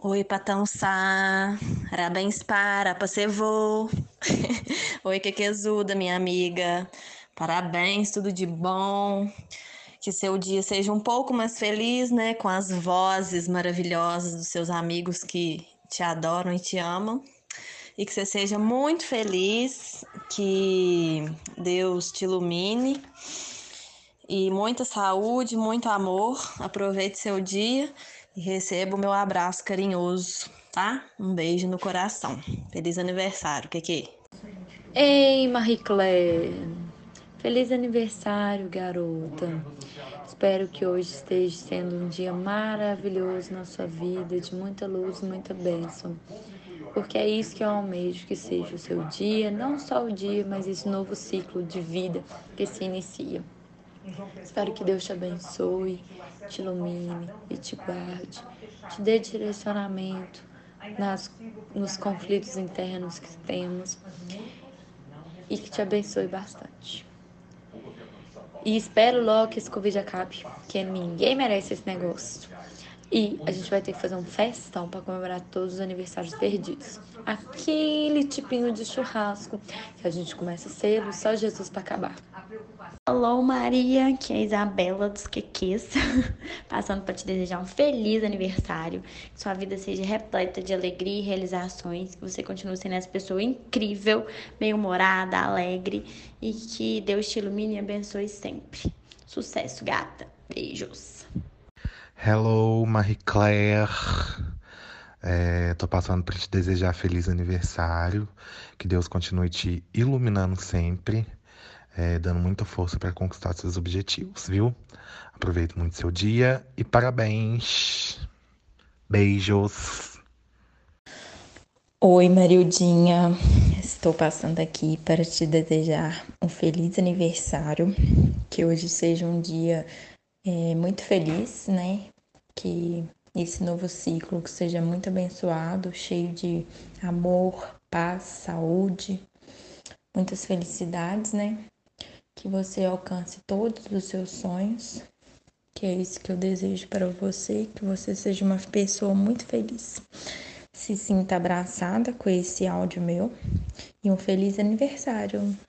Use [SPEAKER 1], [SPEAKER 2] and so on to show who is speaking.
[SPEAKER 1] Oi, Patançá. Parabéns para você vou. Oi, Kekezuda, minha amiga. Parabéns, tudo de bom. Que seu dia seja um pouco mais feliz, né? Com as vozes maravilhosas dos seus amigos que te adoram e te amam. E que você seja muito feliz, que Deus te ilumine e muita saúde, muito amor. Aproveite seu dia e receba o meu abraço carinhoso, tá? Um beijo no coração. Feliz aniversário, Keke.
[SPEAKER 2] Ei, Marie Claire! Feliz aniversário, garota! Espero que hoje esteja sendo um dia maravilhoso na sua vida, de muita luz, muita bênção. Porque é isso que eu almejo que seja o seu dia, não só o dia, mas esse novo ciclo de vida que se inicia. Espero que Deus te abençoe, te ilumine e te guarde, te dê direcionamento nos conflitos internos que temos e que te abençoe bastante. E espero logo que esse Covid acabe, porque ninguém merece esse negócio. E a gente vai ter que fazer um festão para comemorar todos os aniversários perdidos. Aquele tipinho de churrasco que a gente começa cedo, só Jesus para acabar.
[SPEAKER 3] Alô Maria, que é a Isabela dos Queques, passando para te desejar um feliz aniversário, que sua vida seja repleta de alegria e realizações, que você continue sendo essa pessoa incrível, bem-humorada, alegre e que Deus te ilumine e abençoe sempre. Sucesso, gata. Beijos.
[SPEAKER 4] Hello, Marie Claire. Tô passando para te desejar feliz aniversário. Que Deus continue te iluminando sempre, dando muita força para conquistar seus objetivos, viu? Aproveite muito seu dia e parabéns. Beijos.
[SPEAKER 5] Oi, Marildinha. Estou passando aqui para te desejar um feliz aniversário. Que hoje seja um dia muito feliz, né? Que esse novo ciclo que seja muito abençoado, cheio de amor, paz, saúde, muitas felicidades, né? Que você alcance todos os seus sonhos. Que é isso que eu desejo para você, que você seja uma pessoa muito feliz. Se sinta abraçada com esse áudio meu e um feliz aniversário.